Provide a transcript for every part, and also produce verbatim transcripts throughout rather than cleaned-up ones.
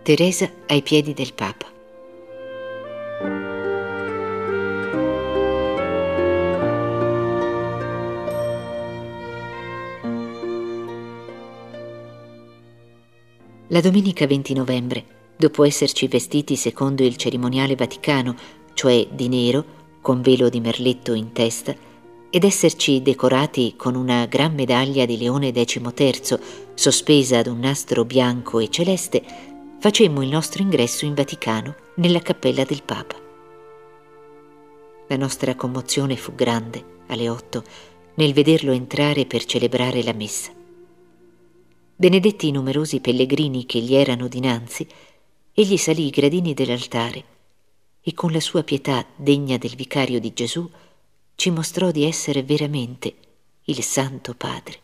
Teresa ai piedi del Papa. La domenica venti novembre, dopo esserci vestiti secondo il cerimoniale vaticano, cioè di nero, con velo di merletto in testa, ed esserci decorati con una gran medaglia di Leone decimoterzo, sospesa ad un nastro bianco e celeste, facemmo il nostro ingresso in Vaticano, nella cappella del Papa. La nostra commozione fu grande, alle otto, nel vederlo entrare per celebrare la messa. Benedetti i numerosi pellegrini che gli erano dinanzi, egli salì i gradini dell'altare e con la sua pietà degna del vicario di Gesù ci mostrò di essere veramente il Santo Padre.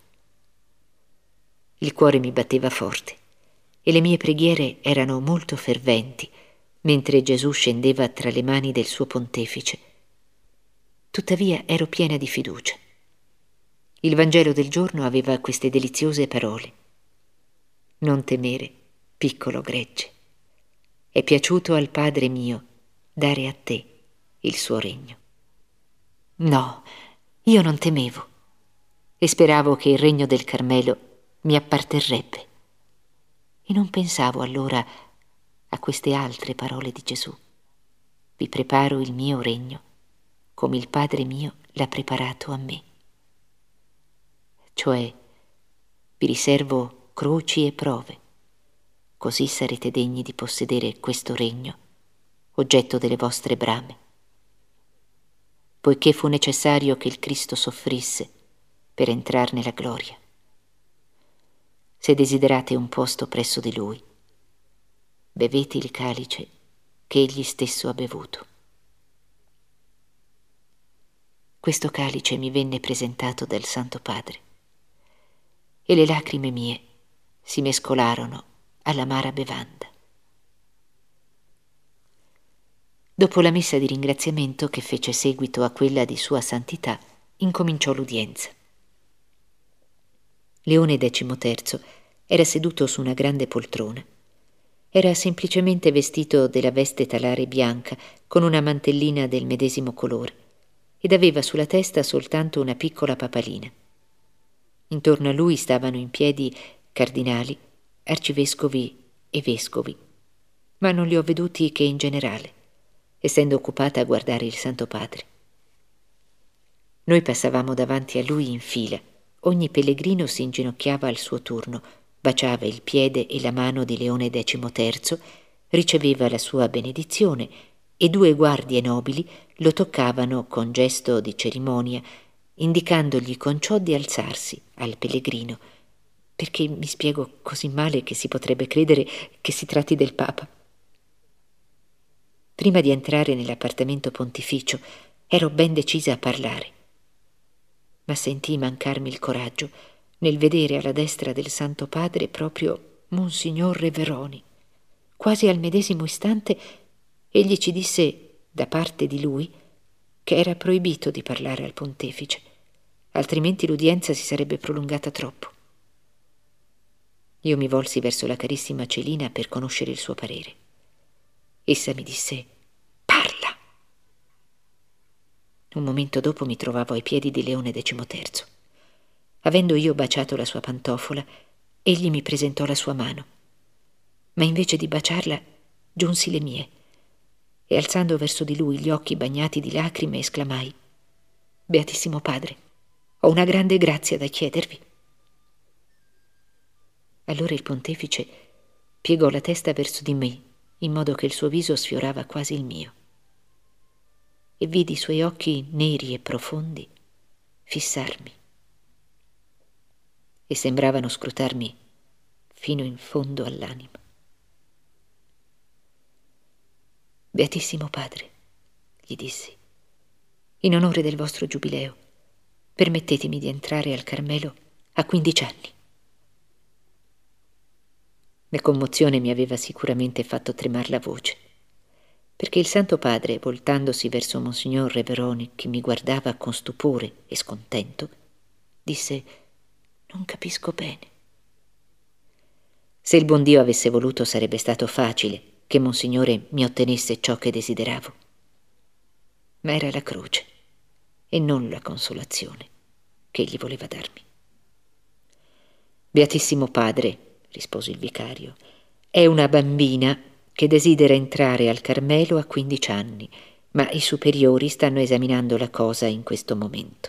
Il cuore mi batteva forte e le mie preghiere erano molto ferventi mentre Gesù scendeva tra le mani del suo pontefice. Tuttavia ero piena di fiducia. Il Vangelo del giorno aveva queste deliziose parole: non temere, piccolo gregge. È piaciuto al Padre mio dare a te il suo regno. No, io non temevo e speravo che il regno del Carmelo mi apparterrebbe. E non pensavo allora a queste altre parole di Gesù: vi preparo il mio regno, come il Padre mio l'ha preparato a me. Cioè, vi riservo croci e prove, così sarete degni di possedere questo regno, oggetto delle vostre brame. Poiché fu necessario che il Cristo soffrisse per entrar nella gloria. Se desiderate un posto presso di Lui, bevete il calice che Egli stesso ha bevuto. Questo calice mi venne presentato dal Santo Padre e le lacrime mie si mescolarono all'amara bevanda. Dopo la messa di ringraziamento che fece seguito a quella di Sua Santità, incominciò l'udienza. Leone decimoterzo era seduto su una grande poltrona. Era semplicemente vestito della veste talare bianca con una mantellina del medesimo colore ed aveva sulla testa soltanto una piccola papalina. Intorno a lui stavano in piedi cardinali, arcivescovi e vescovi, ma non li ho veduti che in generale, essendo occupata a guardare il Santo Padre. Noi passavamo davanti a lui in fila. Ogni pellegrino si inginocchiava al suo turno, baciava il piede e la mano di Leone decimoterzo, riceveva la sua benedizione e due guardie nobili lo toccavano con gesto di cerimonia, indicandogli con ciò di alzarsi al pellegrino, perché mi spiego così male che si potrebbe credere che si tratti del Papa. Prima di entrare nell'appartamento pontificio ero ben decisa a parlare, ma sentii mancarmi il coraggio nel vedere alla destra del Santo Padre proprio Monsignor Reveroni. Quasi al medesimo istante egli ci disse da parte di lui che era proibito di parlare al pontefice, altrimenti l'udienza si sarebbe prolungata troppo. Io mi volsi verso la carissima Celina per conoscere il suo parere. Essa mi disse: parla. Un momento dopo mi trovavo ai piedi di Leone decimoterzo. Avendo io baciato la sua pantofola, egli mi presentò la sua mano, ma invece di baciarla giunsi le mie e alzando verso di lui gli occhi bagnati di lacrime esclamai: Beatissimo Padre, ho una grande grazia da chiedervi. Allora il pontefice piegò la testa verso di me, in modo che il suo viso sfiorava quasi il mio, e vidi i suoi occhi neri e profondi fissarmi e sembravano scrutarmi fino in fondo all'anima. Beatissimo Padre, gli dissi, in onore del vostro giubileo, permettetemi di entrare al Carmelo a quindici anni. La commozione mi aveva sicuramente fatto tremar la voce, perché il Santo Padre, voltandosi verso Monsignor Reveroni, che mi guardava con stupore e scontento, disse: non capisco bene. Se il buon Dio avesse voluto, sarebbe stato facile che Monsignore mi ottenesse ciò che desideravo. Ma era la croce e non la consolazione che egli voleva darmi. Beatissimo Padre, rispose il vicario, è una bambina che desidera entrare al Carmelo a quindici anni, ma i superiori stanno esaminando la cosa in questo momento.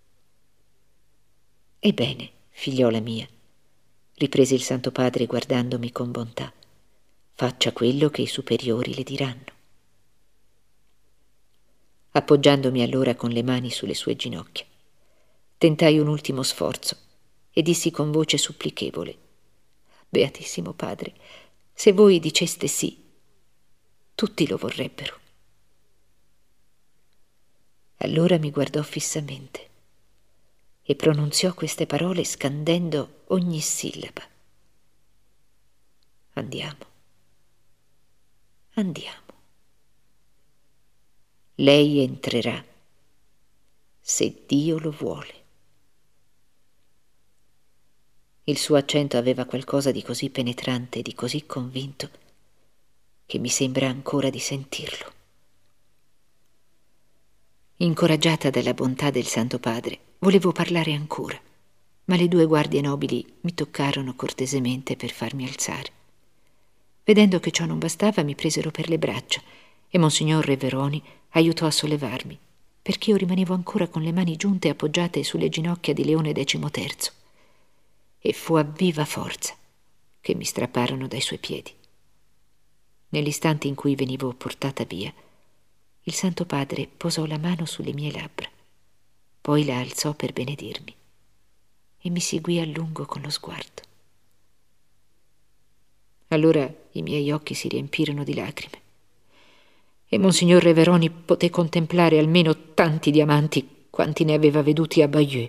Ebbene, figliola mia, riprese il Santo Padre guardandomi con bontà, faccia quello che i superiori le diranno. Appoggiandomi allora con le mani sulle sue ginocchia, tentai un ultimo sforzo e dissi con voce supplichevole: Beatissimo Padre, se voi diceste sì, tutti lo vorrebbero. Allora mi guardò fissamente e pronunziò queste parole scandendo ogni sillaba. Andiamo, andiamo. Lei entrerà, se Dio lo vuole. Il suo accento aveva qualcosa di così penetrante e di così convinto che mi sembra ancora di sentirlo. Incoraggiata dalla bontà del Santo Padre, volevo parlare ancora, ma le due guardie nobili mi toccarono cortesemente per farmi alzare. Vedendo che ciò non bastava, mi presero per le braccia e Monsignor Reveroni aiutò a sollevarmi, perché io rimanevo ancora con le mani giunte appoggiate sulle ginocchia di Leone decimoterzo, e fu a viva forza che mi strapparono dai suoi piedi. Nell'istante in cui venivo portata via, il Santo Padre posò la mano sulle mie labbra, poi la alzò per benedirmi e mi seguì a lungo con lo sguardo. Allora i miei occhi si riempirono di lacrime e Monsignor Reveroni poté contemplare almeno tanti diamanti quanti ne aveva veduti a Bayeux.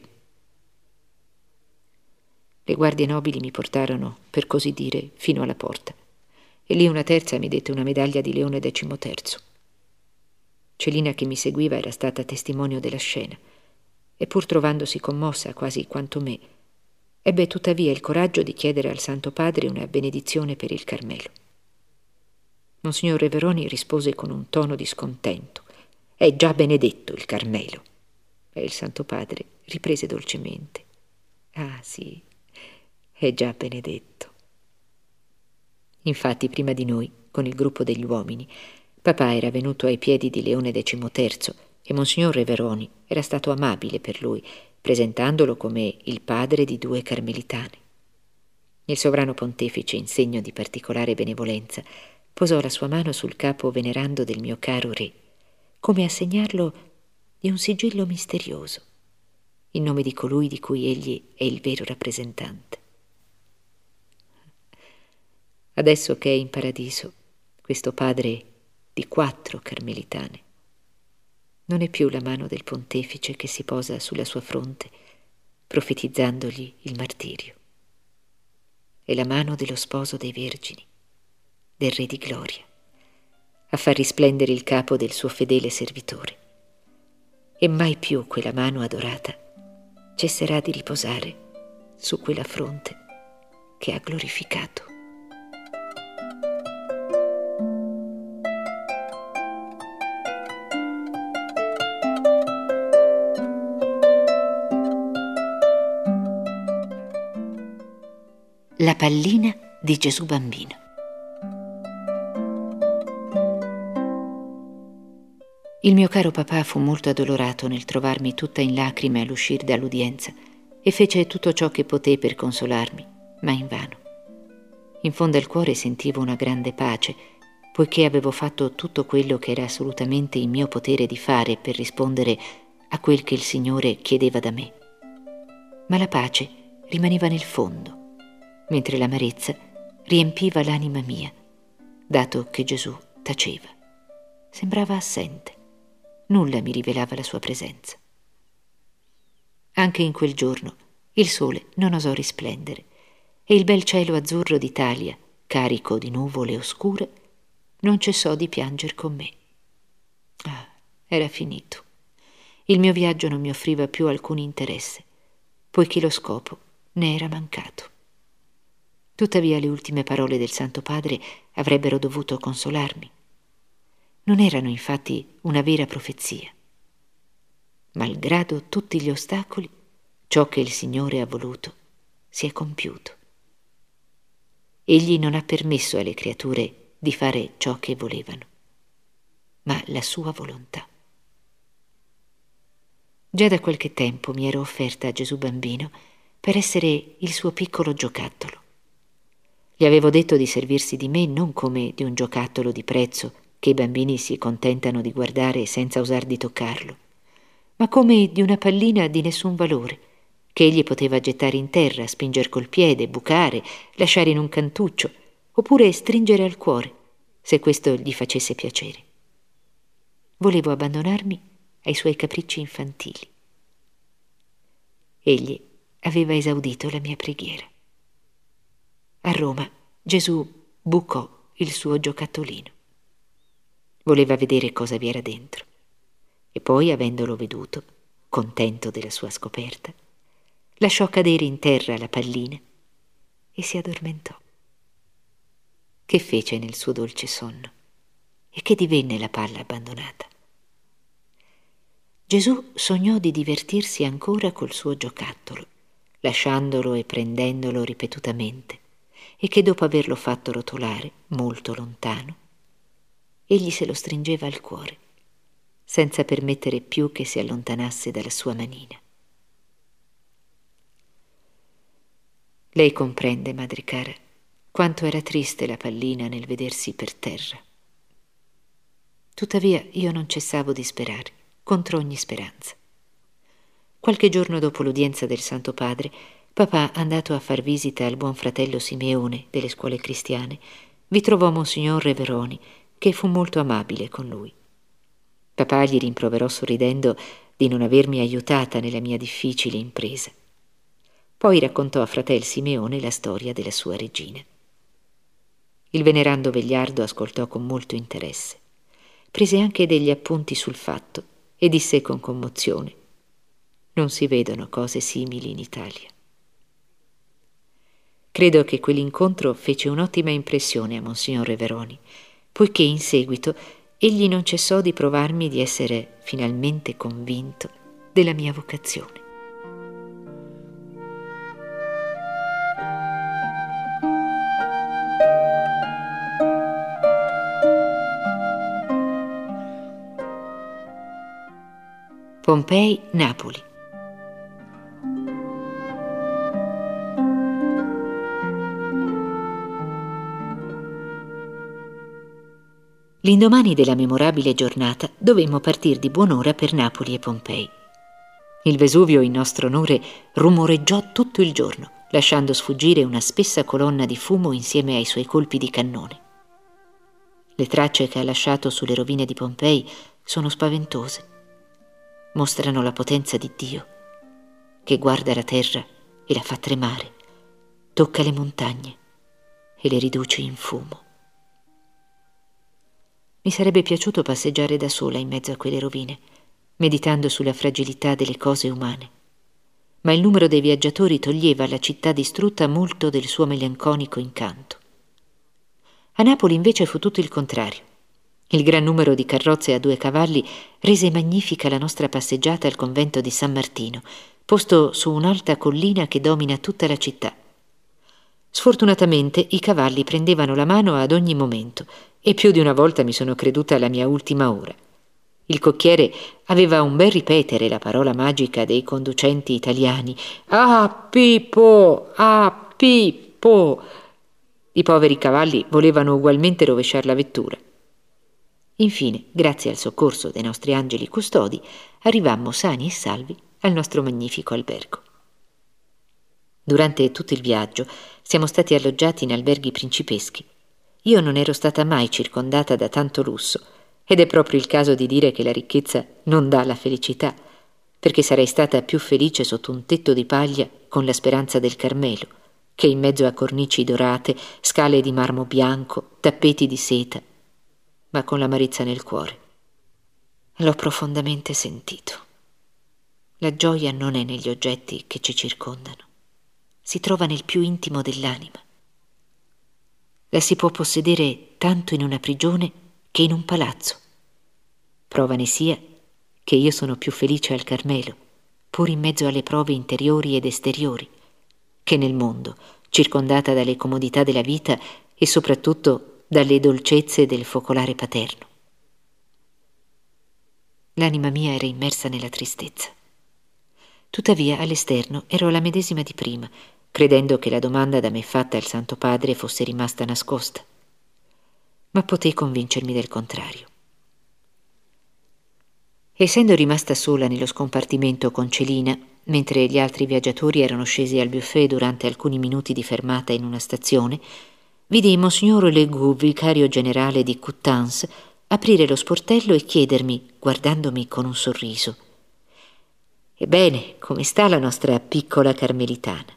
Le guardie nobili mi portarono, per così dire, fino alla porta, e lì una terza mi dette una medaglia di Leone decimoterzo. Celina, che mi seguiva, era stata testimonio della scena, e pur trovandosi commossa quasi quanto me, ebbe tuttavia il coraggio di chiedere al Santo Padre una benedizione per il Carmelo. Monsignor Reveroni rispose con un tono di scontento: «È già benedetto il Carmelo». E il Santo Padre riprese dolcemente: «Ah sì, è già benedetto». Infatti, prima di noi, con il gruppo degli uomini, papà era venuto ai piedi di Leone decimoterzo e Monsignor Reveroni era stato amabile per lui, presentandolo come il padre di due carmelitane. Il sovrano pontefice, in segno di particolare benevolenza, posò la sua mano sul capo venerando del mio caro re, come a segnarlo di un sigillo misterioso, in nome di colui di cui egli è il vero rappresentante. Adesso che è in paradiso, questo padre di quattro carmelitane non è più la mano del pontefice che si posa sulla sua fronte, profetizzandogli il martirio. È la mano dello sposo dei vergini, del Re di Gloria, a far risplendere il capo del suo fedele servitore. E mai più quella mano adorata cesserà di riposare su quella fronte che ha glorificato. La pallina di Gesù Bambino. Il mio caro papà fu molto addolorato nel trovarmi tutta in lacrime all'uscir dall'udienza e fece tutto ciò che poté per consolarmi, ma invano. In fondo al cuore sentivo una grande pace, poiché avevo fatto tutto quello che era assolutamente in mio potere di fare per rispondere a quel che il Signore chiedeva da me. Ma la pace rimaneva nel fondo, mentre l'amarezza riempiva l'anima mia, dato che Gesù taceva. Sembrava assente, nulla mi rivelava la sua presenza. Anche in quel giorno il sole non osò risplendere e il bel cielo azzurro d'Italia, carico di nuvole oscure, non cessò di pianger con me. Ah, era finito. Il mio viaggio non mi offriva più alcun interesse, poiché lo scopo ne era mancato. Tuttavia le ultime parole del Santo Padre avrebbero dovuto consolarmi. Non erano infatti una vera profezia. Malgrado tutti gli ostacoli, ciò che il Signore ha voluto si è compiuto. Egli non ha permesso alle creature di fare ciò che volevano, ma la sua volontà. Già da qualche tempo mi ero offerta a Gesù bambino per essere il suo piccolo giocattolo. Gli avevo detto di servirsi di me non come di un giocattolo di prezzo che i bambini si contentano di guardare senza osar di toccarlo, ma come di una pallina di nessun valore, che egli poteva gettare in terra, spinger col piede, bucare, lasciare in un cantuccio, oppure stringere al cuore, se questo gli facesse piacere. Volevo abbandonarmi ai suoi capricci infantili. Egli aveva esaudito la mia preghiera. A Roma Gesù bucò il suo giocattolino. Voleva vedere cosa vi era dentro. E poi, avendolo veduto, contento della sua scoperta, lasciò cadere in terra la pallina e si addormentò. Che fece nel suo dolce sonno? E che divenne la palla abbandonata? Gesù sognò di divertirsi ancora col suo giocattolo, lasciandolo e prendendolo ripetutamente, e che dopo averlo fatto rotolare molto lontano, egli se lo stringeva al cuore, senza permettere più che si allontanasse dalla sua manina. Lei comprende, madre cara, quanto era triste la pallina nel vedersi per terra. Tuttavia io non cessavo di sperare, contro ogni speranza. Qualche giorno dopo l'udienza del Santo Padre, papà, andato a far visita al buon fratello Simeone delle scuole cristiane, vi trovò Monsignor Reveroni, che fu molto amabile con lui. Papà gli rimproverò sorridendo di non avermi aiutata nella mia difficile impresa. Poi raccontò a fratel Simeone la storia della sua regina. Il venerando vegliardo ascoltò con molto interesse. Prese anche degli appunti sul fatto e disse con commozione: non si vedono cose simili in Italia. Credo che quell'incontro fece un'ottima impressione a Monsignor Reveroni, poiché in seguito egli non cessò di provarmi di essere finalmente convinto della mia vocazione. Pompei, Napoli. L'indomani della memorabile giornata dovemmo partir di buon'ora per Napoli e Pompei. Il Vesuvio in nostro onore rumoreggiò tutto il giorno, lasciando sfuggire una spessa colonna di fumo insieme ai suoi colpi di cannone. Le tracce che ha lasciato sulle rovine di Pompei sono spaventose. Mostrano la potenza di Dio, che guarda la terra e la fa tremare, tocca le montagne e le riduce in fumo. Mi sarebbe piaciuto passeggiare da sola in mezzo a quelle rovine, meditando sulla fragilità delle cose umane, ma il numero dei viaggiatori toglieva alla città distrutta molto del suo melanconico incanto. A Napoli invece fu tutto il contrario. Il gran numero di carrozze a due cavalli rese magnifica la nostra passeggiata al convento di San Martino, posto su un'alta collina che domina tutta la città. Sfortunatamente i cavalli prendevano la mano ad ogni momento e più di una volta mi sono creduta alla mia ultima ora. Il cocchiere aveva un bel ripetere la parola magica dei conducenti italiani: «Ah, Pippo! Ah, Pippo!» I poveri cavalli volevano ugualmente rovesciar la vettura. Infine, grazie al soccorso dei nostri angeli custodi, arrivammo sani e salvi al nostro magnifico albergo. Durante tutto il viaggio siamo stati alloggiati in alberghi principeschi. Io non ero stata mai circondata da tanto lusso, ed è proprio il caso di dire che la ricchezza non dà la felicità, perché sarei stata più felice sotto un tetto di paglia con la speranza del Carmelo, che in mezzo a cornici dorate, scale di marmo bianco, tappeti di seta, ma con l'amarezza nel cuore. L'ho profondamente sentito. La gioia non è negli oggetti che ci circondano, si trova nel più intimo dell'anima, la si può possedere tanto in una prigione che in un palazzo. Prova ne sia che io sono più felice al Carmelo, pur in mezzo alle prove interiori ed esteriori, che nel mondo, circondata dalle comodità della vita e soprattutto dalle dolcezze del focolare paterno. L'anima mia era immersa nella tristezza. Tuttavia, all'esterno ero la medesima di prima, credendo che la domanda da me fatta al Santo Padre fosse rimasta nascosta. Ma potei convincermi del contrario. Essendo rimasta sola nello scompartimento con Celina, mentre gli altri viaggiatori erano scesi al buffet durante alcuni minuti di fermata in una stazione, vidi Monsignor Legoux, vicario generale di Coutances, aprire lo sportello e chiedermi, guardandomi con un sorriso: «Ebbene, come sta la nostra piccola carmelitana?»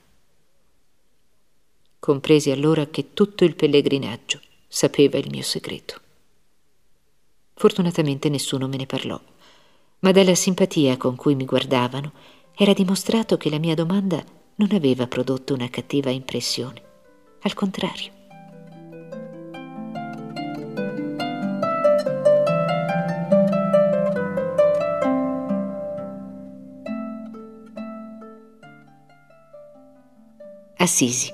Compresi allora che tutto il pellegrinaggio sapeva il mio segreto. Fortunatamente nessuno me ne parlò, ma dalla simpatia con cui mi guardavano era dimostrato che la mia domanda non aveva prodotto una cattiva impressione. Al contrario. Assisi.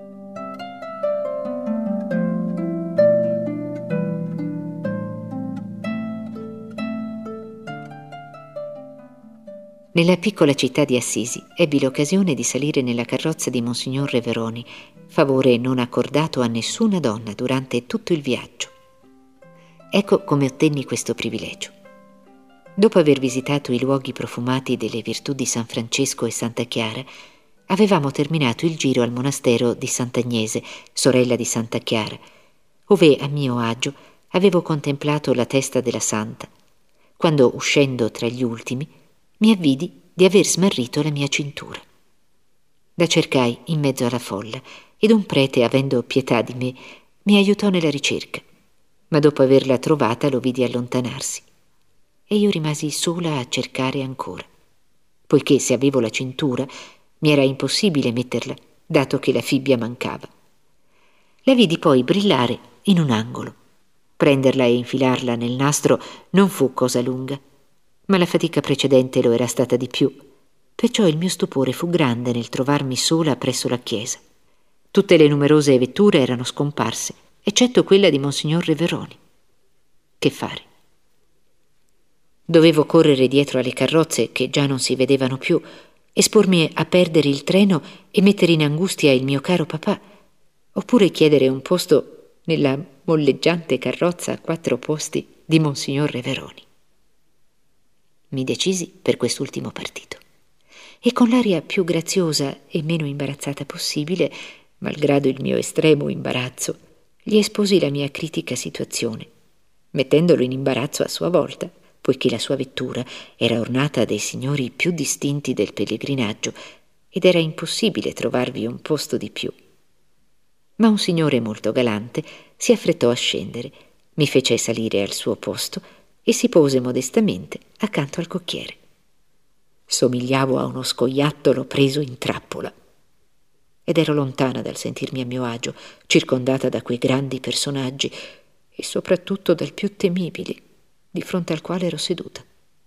Nella piccola città di Assisi ebbi l'occasione di salire nella carrozza di Monsignor Reveroni, favore non accordato a nessuna donna durante tutto il viaggio. Ecco come ottenni questo privilegio. Dopo aver visitato i luoghi profumati delle virtù di San Francesco e Santa Chiara, avevamo terminato il giro al monastero di Sant'Agnese, sorella di Santa Chiara, ove a mio agio avevo contemplato la testa della santa, quando, uscendo tra gli ultimi, mi avvidi di aver smarrito la mia cintura. La cercai in mezzo alla folla ed un prete, avendo pietà di me, mi aiutò nella ricerca, ma dopo averla trovata lo vidi allontanarsi e io rimasi sola a cercare ancora, poiché se avevo la cintura mi era impossibile metterla, dato che la fibbia mancava. La vidi poi brillare in un angolo. Prenderla e infilarla nel nastro non fu cosa lunga, ma la fatica precedente lo era stata di più, perciò il mio stupore fu grande nel trovarmi sola presso la chiesa. Tutte le numerose vetture erano scomparse, eccetto quella di Monsignor Reveroni. Che fare? Dovevo correre dietro alle carrozze che già non si vedevano più, espormi a perdere il treno e mettere in angustia il mio caro papà, oppure chiedere un posto nella molleggiante carrozza a quattro posti di Monsignor Reveroni. Mi decisi per quest'ultimo partito e con l'aria più graziosa e meno imbarazzata possibile, malgrado il mio estremo imbarazzo, gli esposi la mia critica situazione, mettendolo in imbarazzo a sua volta, poiché la sua vettura era ornata dei signori più distinti del pellegrinaggio ed era impossibile trovarvi un posto di più. Ma un signore molto galante si affrettò a scendere, mi fece salire al suo posto e si pose modestamente accanto al cocchiere. Somigliavo a uno scoiattolo preso in trappola ed ero lontana dal sentirmi a mio agio, circondata da quei grandi personaggi e soprattutto dal più temibile, di fronte al quale ero seduta.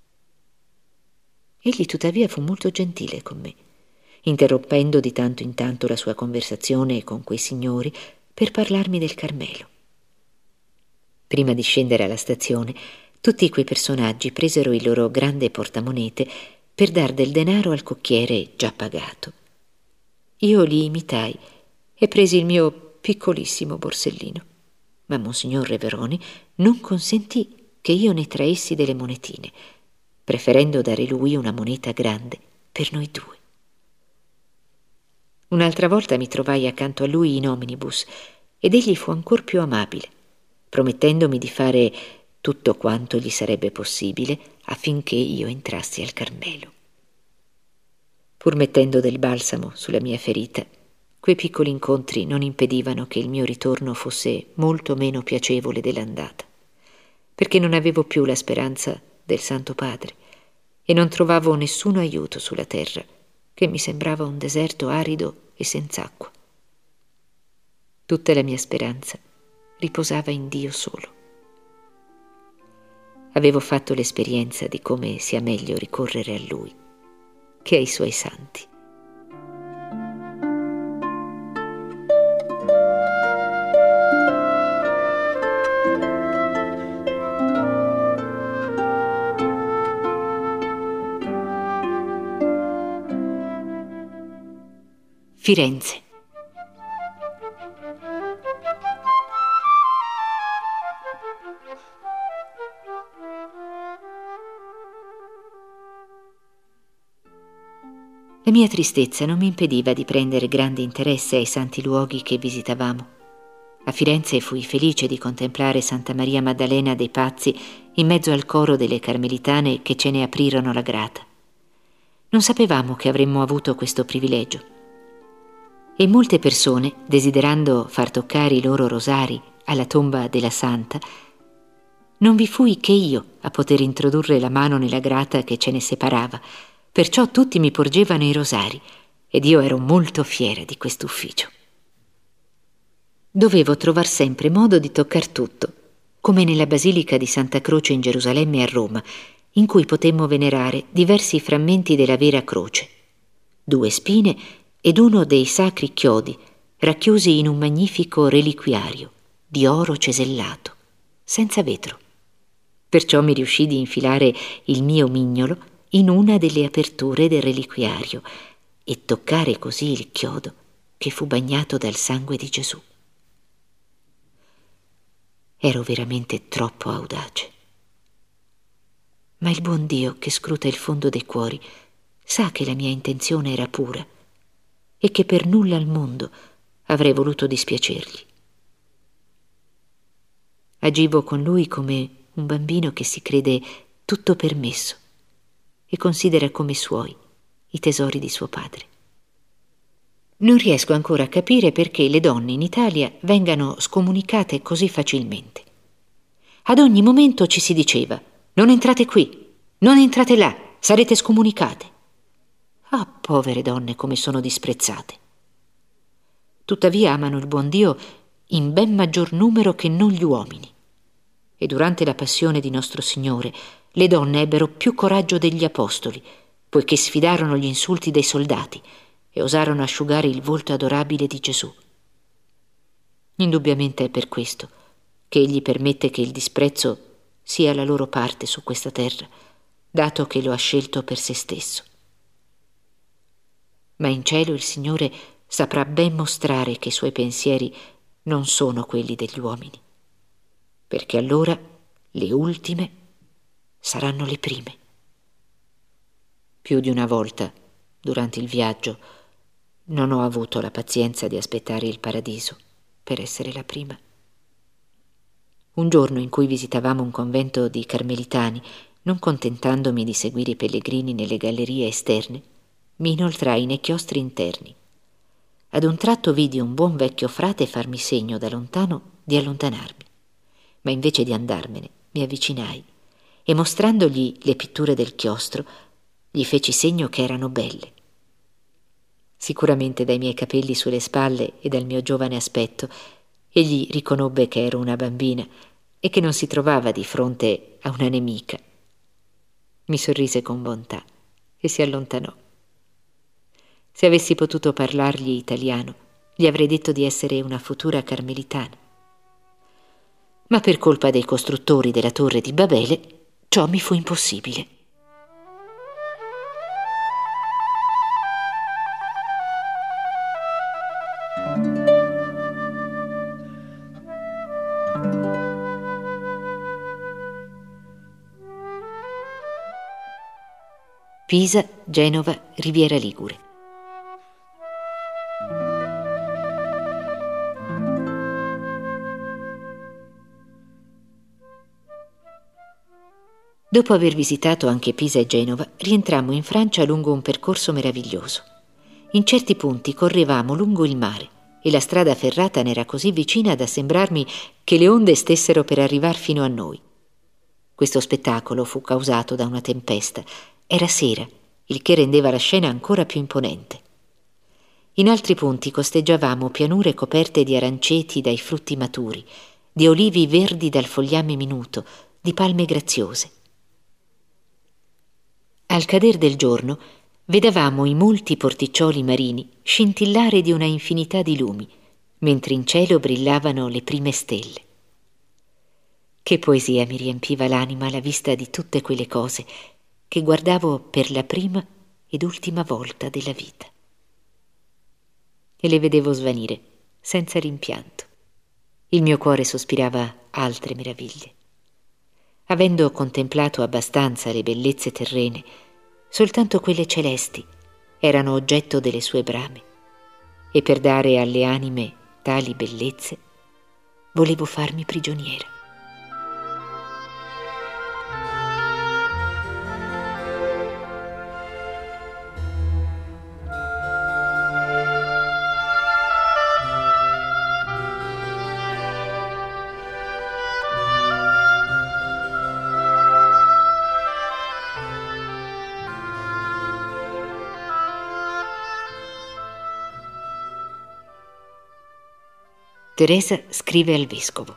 Egli tuttavia fu molto gentile con me, interrompendo di tanto in tanto la sua conversazione con quei signori per parlarmi del Carmelo. Prima di scendere alla stazione, tutti quei personaggi presero il loro grande portamonete per dar del denaro al cocchiere già pagato. Io li imitai e presi il mio piccolissimo borsellino, ma Monsignor Reveroni non consentì che io ne traessi delle monetine, preferendo dare lui una moneta grande per noi due. Un'altra volta mi trovai accanto a lui in omnibus ed egli fu ancor più amabile, promettendomi di fare tutto quanto gli sarebbe possibile affinché io entrassi al Carmelo. Pur mettendo del balsamo sulla mia ferita, quei piccoli incontri non impedivano che il mio ritorno fosse molto meno piacevole dell'andata, perché non avevo più la speranza del Santo Padre e non trovavo nessun aiuto sulla terra, che mi sembrava un deserto arido e senza acqua. Tutta la mia speranza riposava in Dio solo. Avevo fatto l'esperienza di come sia meglio ricorrere a Lui che ai Suoi santi. Firenze. La mia tristezza non mi impediva di prendere grande interesse ai santi luoghi che visitavamo. A Firenze fui felice di contemplare Santa Maria Maddalena dei Pazzi in mezzo al coro delle Carmelitane che ce ne aprirono la grata. Non sapevamo che avremmo avuto questo privilegio. E molte persone, desiderando far toccare i loro rosari alla tomba della Santa, non vi fui che io a poter introdurre la mano nella grata che ce ne separava, perciò tutti mi porgevano i rosari ed io ero molto fiera di quest'ufficio. Dovevo trovar sempre modo di toccar tutto, come nella Basilica di Santa Croce in Gerusalemme e a Roma, in cui potemmo venerare diversi frammenti della vera croce, due spine ed uno dei sacri chiodi racchiusi in un magnifico reliquiario di oro cesellato, senza vetro. Perciò mi riuscì di infilare il mio mignolo in una delle aperture del reliquiario e toccare così il chiodo che fu bagnato dal sangue di Gesù. Ero veramente troppo audace. Ma il buon Dio, che scruta il fondo dei cuori, sa che la mia intenzione era pura e che per nulla al mondo avrei voluto dispiacergli. Agivo con lui come un bambino che si crede tutto permesso e considera come suoi i tesori di suo padre. Non riesco ancora a capire perché le donne in Italia vengano scomunicate così facilmente. Ad ogni momento ci si diceva: non entrate qui, non entrate là, sarete scomunicate. Ah, povere donne, come sono disprezzate. Tuttavia amano il buon Dio in ben maggior numero che non gli uomini. E durante la passione di nostro Signore le donne ebbero più coraggio degli apostoli, poiché sfidarono gli insulti dei soldati e osarono asciugare il volto adorabile di Gesù. Indubbiamente è per questo che Egli permette che il disprezzo sia la loro parte su questa terra, dato che lo ha scelto per se stesso. Ma in cielo il Signore saprà ben mostrare che i suoi pensieri non sono quelli degli uomini, perché allora le ultime saranno le prime. Più di una volta, durante il viaggio, non ho avuto la pazienza di aspettare il paradiso per essere la prima. Un giorno in cui visitavamo un convento di carmelitani, non contentandomi di seguire i pellegrini nelle gallerie esterne, mi inoltrai nei chiostri interni. Ad un tratto vidi un buon vecchio frate farmi segno da lontano di allontanarmi, ma invece di andarmene mi avvicinai e mostrandogli le pitture del chiostro gli feci segno che erano belle. Sicuramente dai miei capelli sulle spalle e dal mio giovane aspetto egli riconobbe che ero una bambina e che non si trovava di fronte a una nemica. Mi sorrise con bontà e si allontanò. Se avessi potuto parlargli italiano, gli avrei detto di essere una futura carmelitana. Ma per colpa dei costruttori della torre di Babele, ciò mi fu impossibile. Pisa, Genova, Riviera Ligure. Dopo aver visitato anche Pisa e Genova, rientrammo in Francia lungo un percorso meraviglioso. In certi punti correvamo lungo il mare e la strada ferrata n'era così vicina da sembrarmi che le onde stessero per arrivar fino a noi. Questo spettacolo fu causato da una tempesta. Era sera, il che rendeva la scena ancora più imponente. In altri punti costeggiavamo pianure coperte di aranceti dai frutti maturi, di olivi verdi dal fogliame minuto, di palme graziose. Al cader del giorno vedevamo i molti porticcioli marini scintillare di una infinità di lumi, mentre in cielo brillavano le prime stelle. Che poesia mi riempiva l'anima alla vista di tutte quelle cose che guardavo per la prima ed ultima volta della vita. E le vedevo svanire, senza rimpianto. Il mio cuore sospirava altre meraviglie. Avendo contemplato abbastanza le bellezze terrene, soltanto quelle celesti erano oggetto delle sue brame, e per dare alle anime tali bellezze volevo farmi prigioniera. Teresa scrive al vescovo.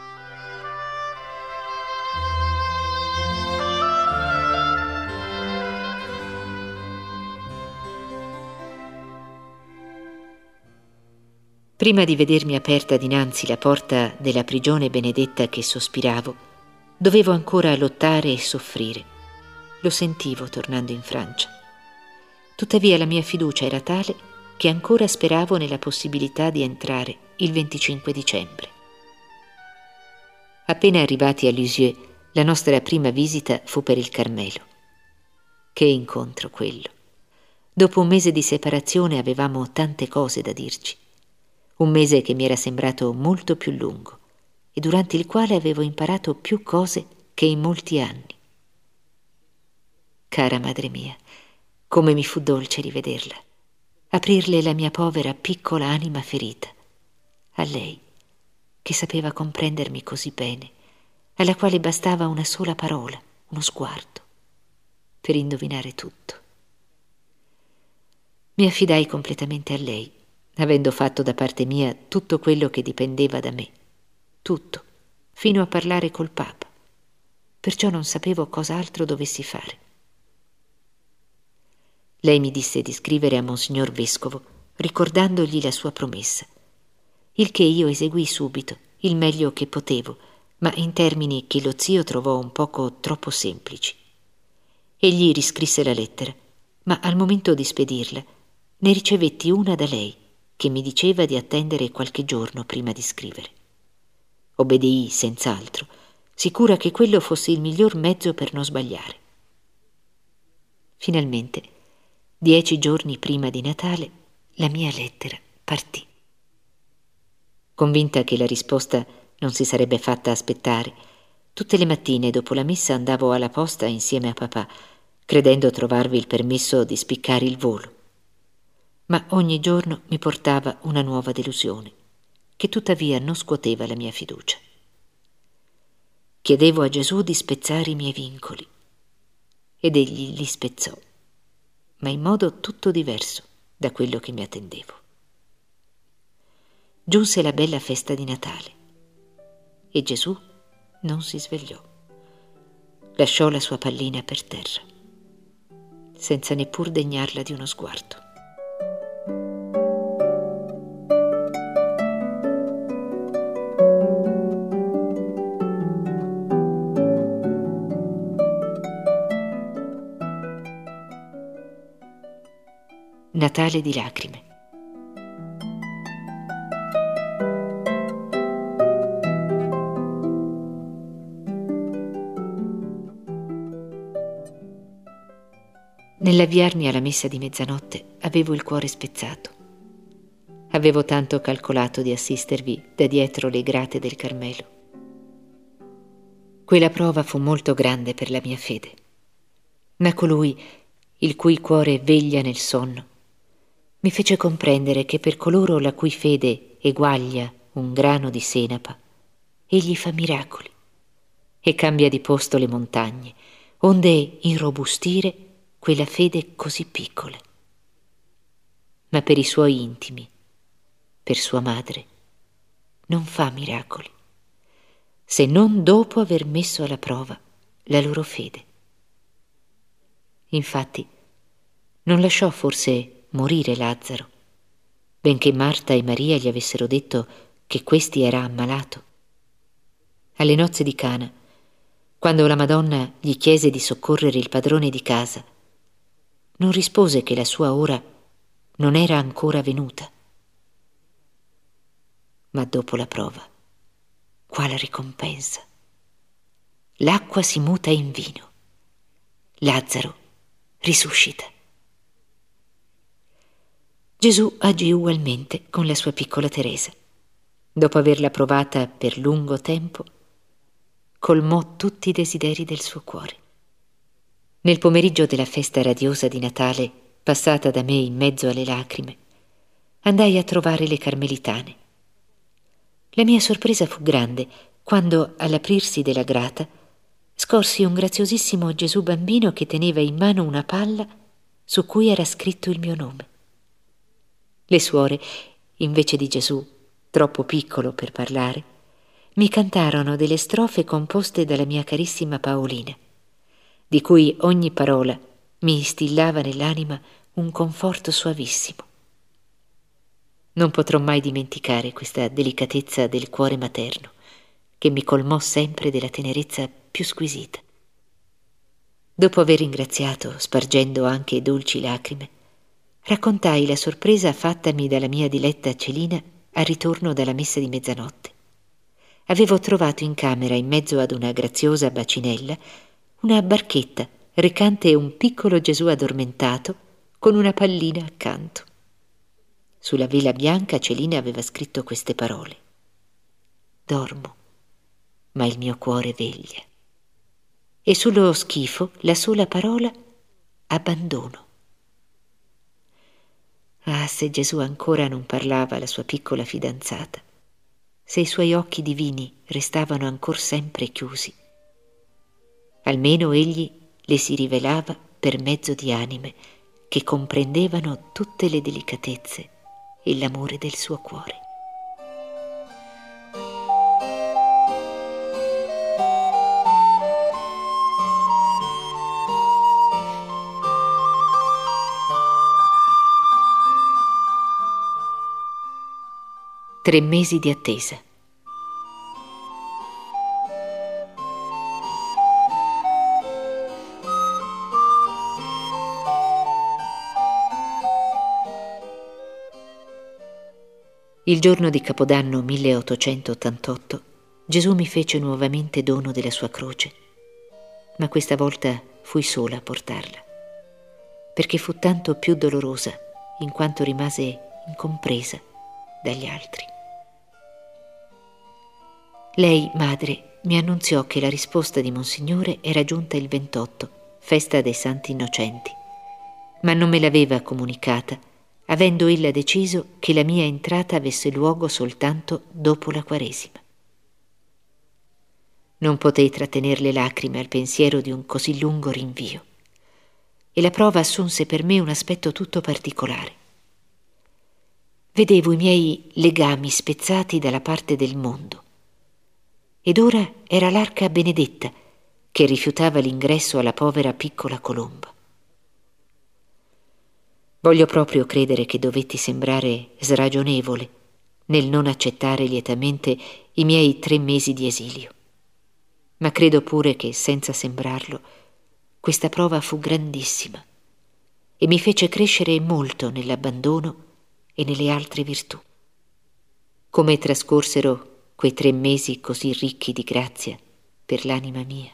Prima di vedermi aperta dinanzi la porta della prigione benedetta che sospiravo, dovevo ancora lottare e soffrire. Lo sentivo tornando in Francia. Tuttavia la mia fiducia era tale che ancora speravo nella possibilità di entrare il venticinque dicembre. Appena arrivati a Lisieux, la nostra prima visita fu per il Carmelo. Che incontro quello! Dopo un mese di separazione avevamo tante cose da dirci. Un mese che mi era sembrato molto più lungo e durante il quale avevo imparato più cose che in molti anni. Cara madre mia, come mi fu dolce rivederla, aprirle la mia povera piccola anima ferita. A lei, che sapeva comprendermi così bene, alla quale bastava una sola parola, uno sguardo, per indovinare tutto. Mi affidai completamente a lei, avendo fatto da parte mia tutto quello che dipendeva da me, tutto, fino a parlare col Papa, perciò non sapevo cosa altro dovessi fare. Lei mi disse di scrivere a Monsignor Vescovo, ricordandogli la sua promessa, il che io eseguii subito, il meglio che potevo, ma in termini che lo zio trovò un poco troppo semplici. Egli riscrisse la lettera, ma al momento di spedirla ne ricevetti una da lei, che mi diceva di attendere qualche giorno prima di scrivere. Obbedii senz'altro, sicura che quello fosse il miglior mezzo per non sbagliare. Finalmente, dieci giorni prima di Natale, la mia lettera partì. Convinta che la risposta non si sarebbe fatta aspettare, tutte le mattine dopo la messa andavo alla posta insieme a papà, credendo trovarvi il permesso di spiccare il volo. Ma ogni giorno mi portava una nuova delusione, che tuttavia non scuoteva la mia fiducia. Chiedevo a Gesù di spezzare i miei vincoli, ed egli li spezzò, ma in modo tutto diverso da quello che mi attendevo. Giunse la bella festa di Natale e Gesù non si svegliò. Lasciò la sua pallina per terra, senza neppur degnarla di uno sguardo. Natale di lacrime. Nell'avviarmi alla messa di mezzanotte avevo il cuore spezzato. Avevo tanto calcolato di assistervi da dietro le grate del Carmelo. Quella prova fu molto grande per la mia fede, ma colui, il cui cuore veglia nel sonno, mi fece comprendere che per coloro la cui fede eguaglia un grano di senapa, egli fa miracoli e cambia di posto le montagne, onde irrobustire quella fede così piccola. ma per i suoi intimi, per sua madre, non fa miracoli, se non dopo aver messo alla prova la loro fede. Infatti, non lasciò forse morire Lazzaro, benché Marta e Maria gli avessero detto che questi era ammalato. Alle nozze di Cana, quando la Madonna gli chiese di soccorrere il padrone di casa, non rispose che la sua ora non era ancora venuta. Ma dopo la prova, quale ricompensa? L'acqua si muta in vino. Lazzaro risuscita. Gesù agì ugualmente con la sua piccola Teresa. Dopo averla provata per lungo tempo, colmò tutti i desideri del suo cuore. Nel pomeriggio della festa radiosa di Natale, passata da me in mezzo alle lacrime, andai a trovare le Carmelitane. La mia sorpresa fu grande quando, all'aprirsi della grata, scorsi un graziosissimo Gesù bambino che teneva in mano una palla su cui era scritto il mio nome. Le suore, invece di Gesù, troppo piccolo per parlare, mi cantarono delle strofe composte dalla mia carissima Paolina, di cui ogni parola mi instillava nell'anima un conforto soavissimo. Non potrò mai dimenticare questa delicatezza del cuore materno, che mi colmò sempre della tenerezza più squisita. Dopo aver ringraziato, spargendo anche dolci lacrime, raccontai la sorpresa fattami dalla mia diletta Celina al ritorno dalla messa di mezzanotte. Avevo trovato in camera, in mezzo ad una graziosa bacinella, una barchetta recante un piccolo Gesù addormentato con una pallina accanto. Sulla vela bianca Celina aveva scritto queste parole: dormo, ma il mio cuore veglia. E sullo schifo la sola parola abbandono. Ah, se Gesù ancora non parlava alla sua piccola fidanzata, se i suoi occhi divini restavano ancor sempre chiusi, almeno egli le si rivelava per mezzo di anime che comprendevano tutte le delicatezze e l'amore del suo cuore. Tre mesi di attesa. Il giorno di Capodanno milleottocentottantotto Gesù mi fece nuovamente dono della sua croce, ma questa volta fui sola a portarla, perché fu tanto più dolorosa in quanto rimase incompresa dagli altri. Lei, madre, mi annunziò che la risposta di Monsignore era giunta il ventotto, festa dei Santi Innocenti, ma non me l'aveva comunicata, avendo ella deciso che la mia entrata avesse luogo soltanto dopo la Quaresima. Non potei trattener le lacrime al pensiero di un così lungo rinvio, e la prova assunse per me un aspetto tutto particolare. Vedevo i miei legami spezzati dalla parte del mondo, ed ora era l'arca benedetta che rifiutava l'ingresso alla povera piccola colomba. Voglio proprio credere che dovetti sembrare sragionevole nel non accettare lietamente i miei tre mesi di esilio, ma credo pure che, senza sembrarlo, questa prova fu grandissima e mi fece crescere molto nell'abbandono e nelle altre virtù. Come trascorsero quei tre mesi così ricchi di grazia per l'anima mia?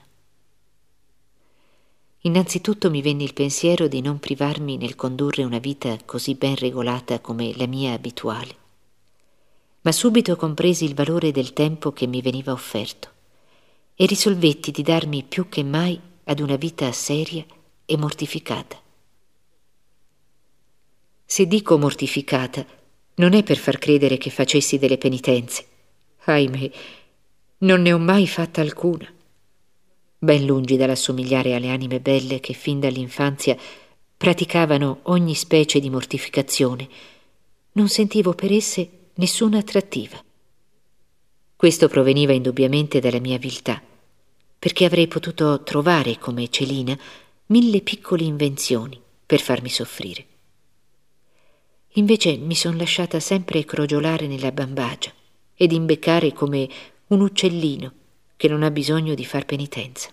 Innanzitutto mi venne il pensiero di non privarmi nel condurre una vita così ben regolata come la mia abituale, ma subito compresi il valore del tempo che mi veniva offerto e risolvetti di darmi più che mai ad una vita seria e mortificata. Se dico mortificata, non è per far credere che facessi delle penitenze. Ahimè, non ne ho mai fatta alcuna. Ben lungi dall'assomigliare alle anime belle che fin dall'infanzia praticavano ogni specie di mortificazione, non sentivo per esse nessuna attrattiva. Questo proveniva indubbiamente dalla mia viltà, perché avrei potuto trovare, come Celina, mille piccole invenzioni per farmi soffrire. Invece mi son lasciata sempre crogiolare nella bambagia ed imbeccare come un uccellino che non ha bisogno di far penitenza.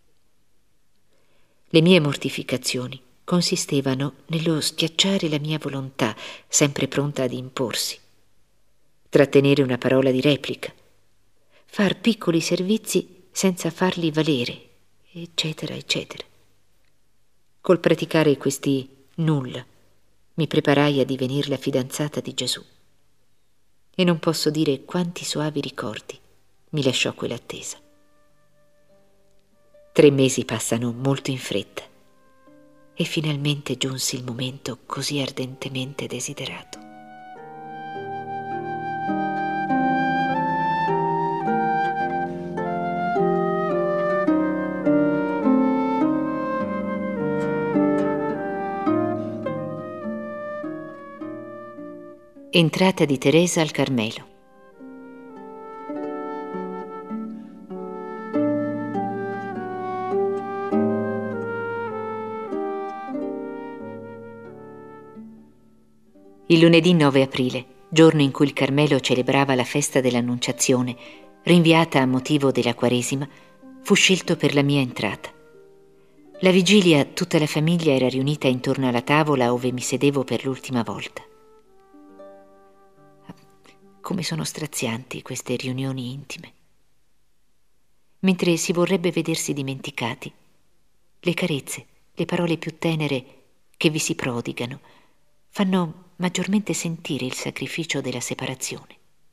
Le mie mortificazioni consistevano nello schiacciare la mia volontà, sempre pronta ad imporsi, trattenere una parola di replica, far piccoli servizi senza farli valere, eccetera, eccetera. Col praticare questi nulla mi preparai a divenir la fidanzata di Gesù. E non posso dire quanti soavi ricordi mi lasciò quell'attesa. Tre mesi passano molto in fretta e finalmente giunse il momento così ardentemente desiderato. Entrata di Teresa al Carmelo. Il lunedì nove aprile, giorno in cui il Carmelo celebrava la festa dell'Annunciazione, rinviata a motivo della Quaresima, fu scelto per la mia entrata. La vigilia, tutta la famiglia era riunita intorno alla tavola ove mi sedevo per l'ultima volta. Come sono strazianti queste riunioni intime. Mentre si vorrebbe vedersi dimenticati, le carezze, le parole più tenere che vi si prodigano, fanno maggiormente sentire il sacrificio della separazione.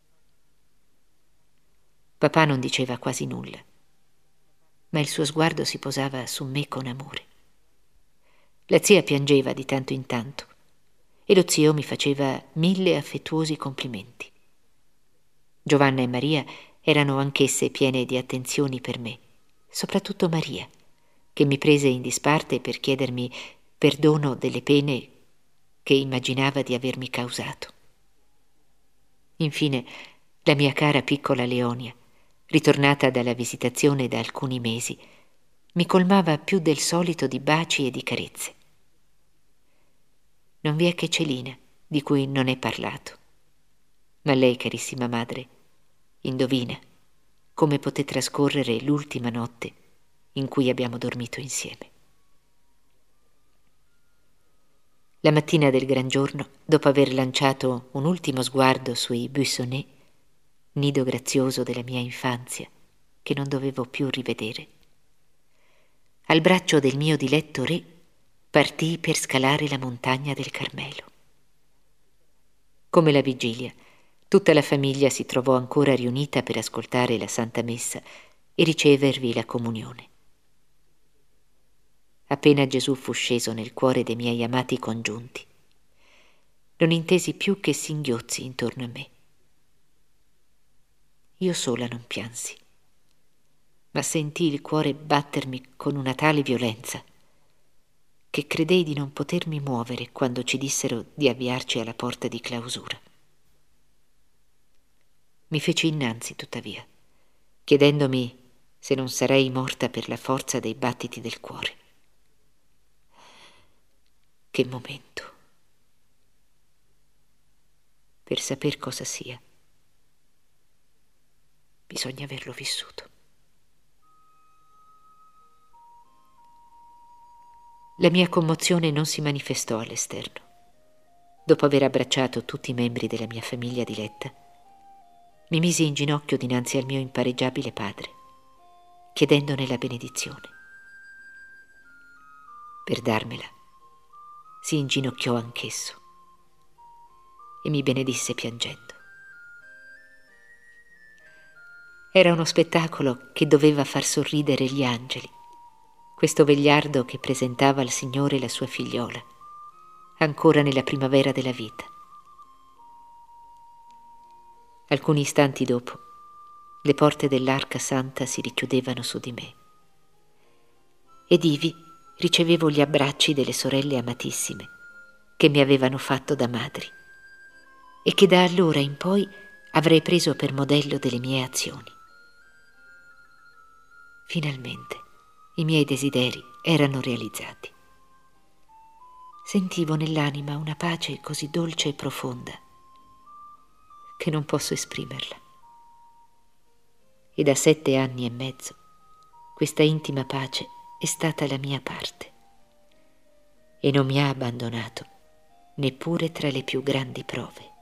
Papà non diceva quasi nulla, ma il suo sguardo si posava su me con amore. La zia piangeva di tanto in tanto e lo zio mi faceva mille affettuosi complimenti. Giovanna e Maria erano anch'esse piene di attenzioni per me, soprattutto Maria, che mi prese in disparte per chiedermi perdono delle pene che immaginava di avermi causato. Infine, la mia cara piccola Leonia, ritornata dalla visitazione da alcuni mesi, mi colmava più del solito di baci e di carezze. Non vi è che Celina, di cui non è parlato. Ma lei, carissima madre, indovina come poté trascorrere l'ultima notte in cui abbiamo dormito insieme. La mattina del gran giorno, dopo aver lanciato un ultimo sguardo sui buissonets, nido grazioso della mia infanzia, che non dovevo più rivedere, al braccio del mio diletto re partii per scalare la montagna del Carmelo. Come la vigilia, tutta la famiglia si trovò ancora riunita per ascoltare la Santa Messa e ricevervi la comunione. Appena Gesù fu sceso nel cuore dei miei amati congiunti, non intesi più che singhiozzi intorno a me. Io sola non piansi, ma sentii il cuore battermi con una tale violenza che credei di non potermi muovere quando ci dissero di avviarci alla porta di clausura. Mi feci innanzi, tuttavia, chiedendomi se non sarei morta per la forza dei battiti del cuore. Che momento! Per saper cosa sia, bisogna averlo vissuto. La mia commozione non si manifestò all'esterno. Dopo aver abbracciato tutti i membri della mia famiglia diletta, mi misi in ginocchio dinanzi al mio impareggiabile padre, chiedendone la benedizione. Per darmela, si inginocchiò anch'esso e mi benedisse piangendo. Era uno spettacolo che doveva far sorridere gli angeli, questo vegliardo che presentava al Signore la sua figliola, ancora nella primavera della vita. Alcuni istanti dopo, le porte dell'Arca Santa si richiudevano su di me ed ivi ricevevo gli abbracci delle sorelle amatissime che mi avevano fatto da madri. e che da allora in poi avrei preso per modello delle mie azioni. Finalmente i miei desideri erano realizzati. Sentivo nell'anima una pace così dolce e profonda che non posso esprimerla. E da sette anni e mezzo questa intima pace è stata la mia parte e non mi ha abbandonato neppure tra le più grandi prove.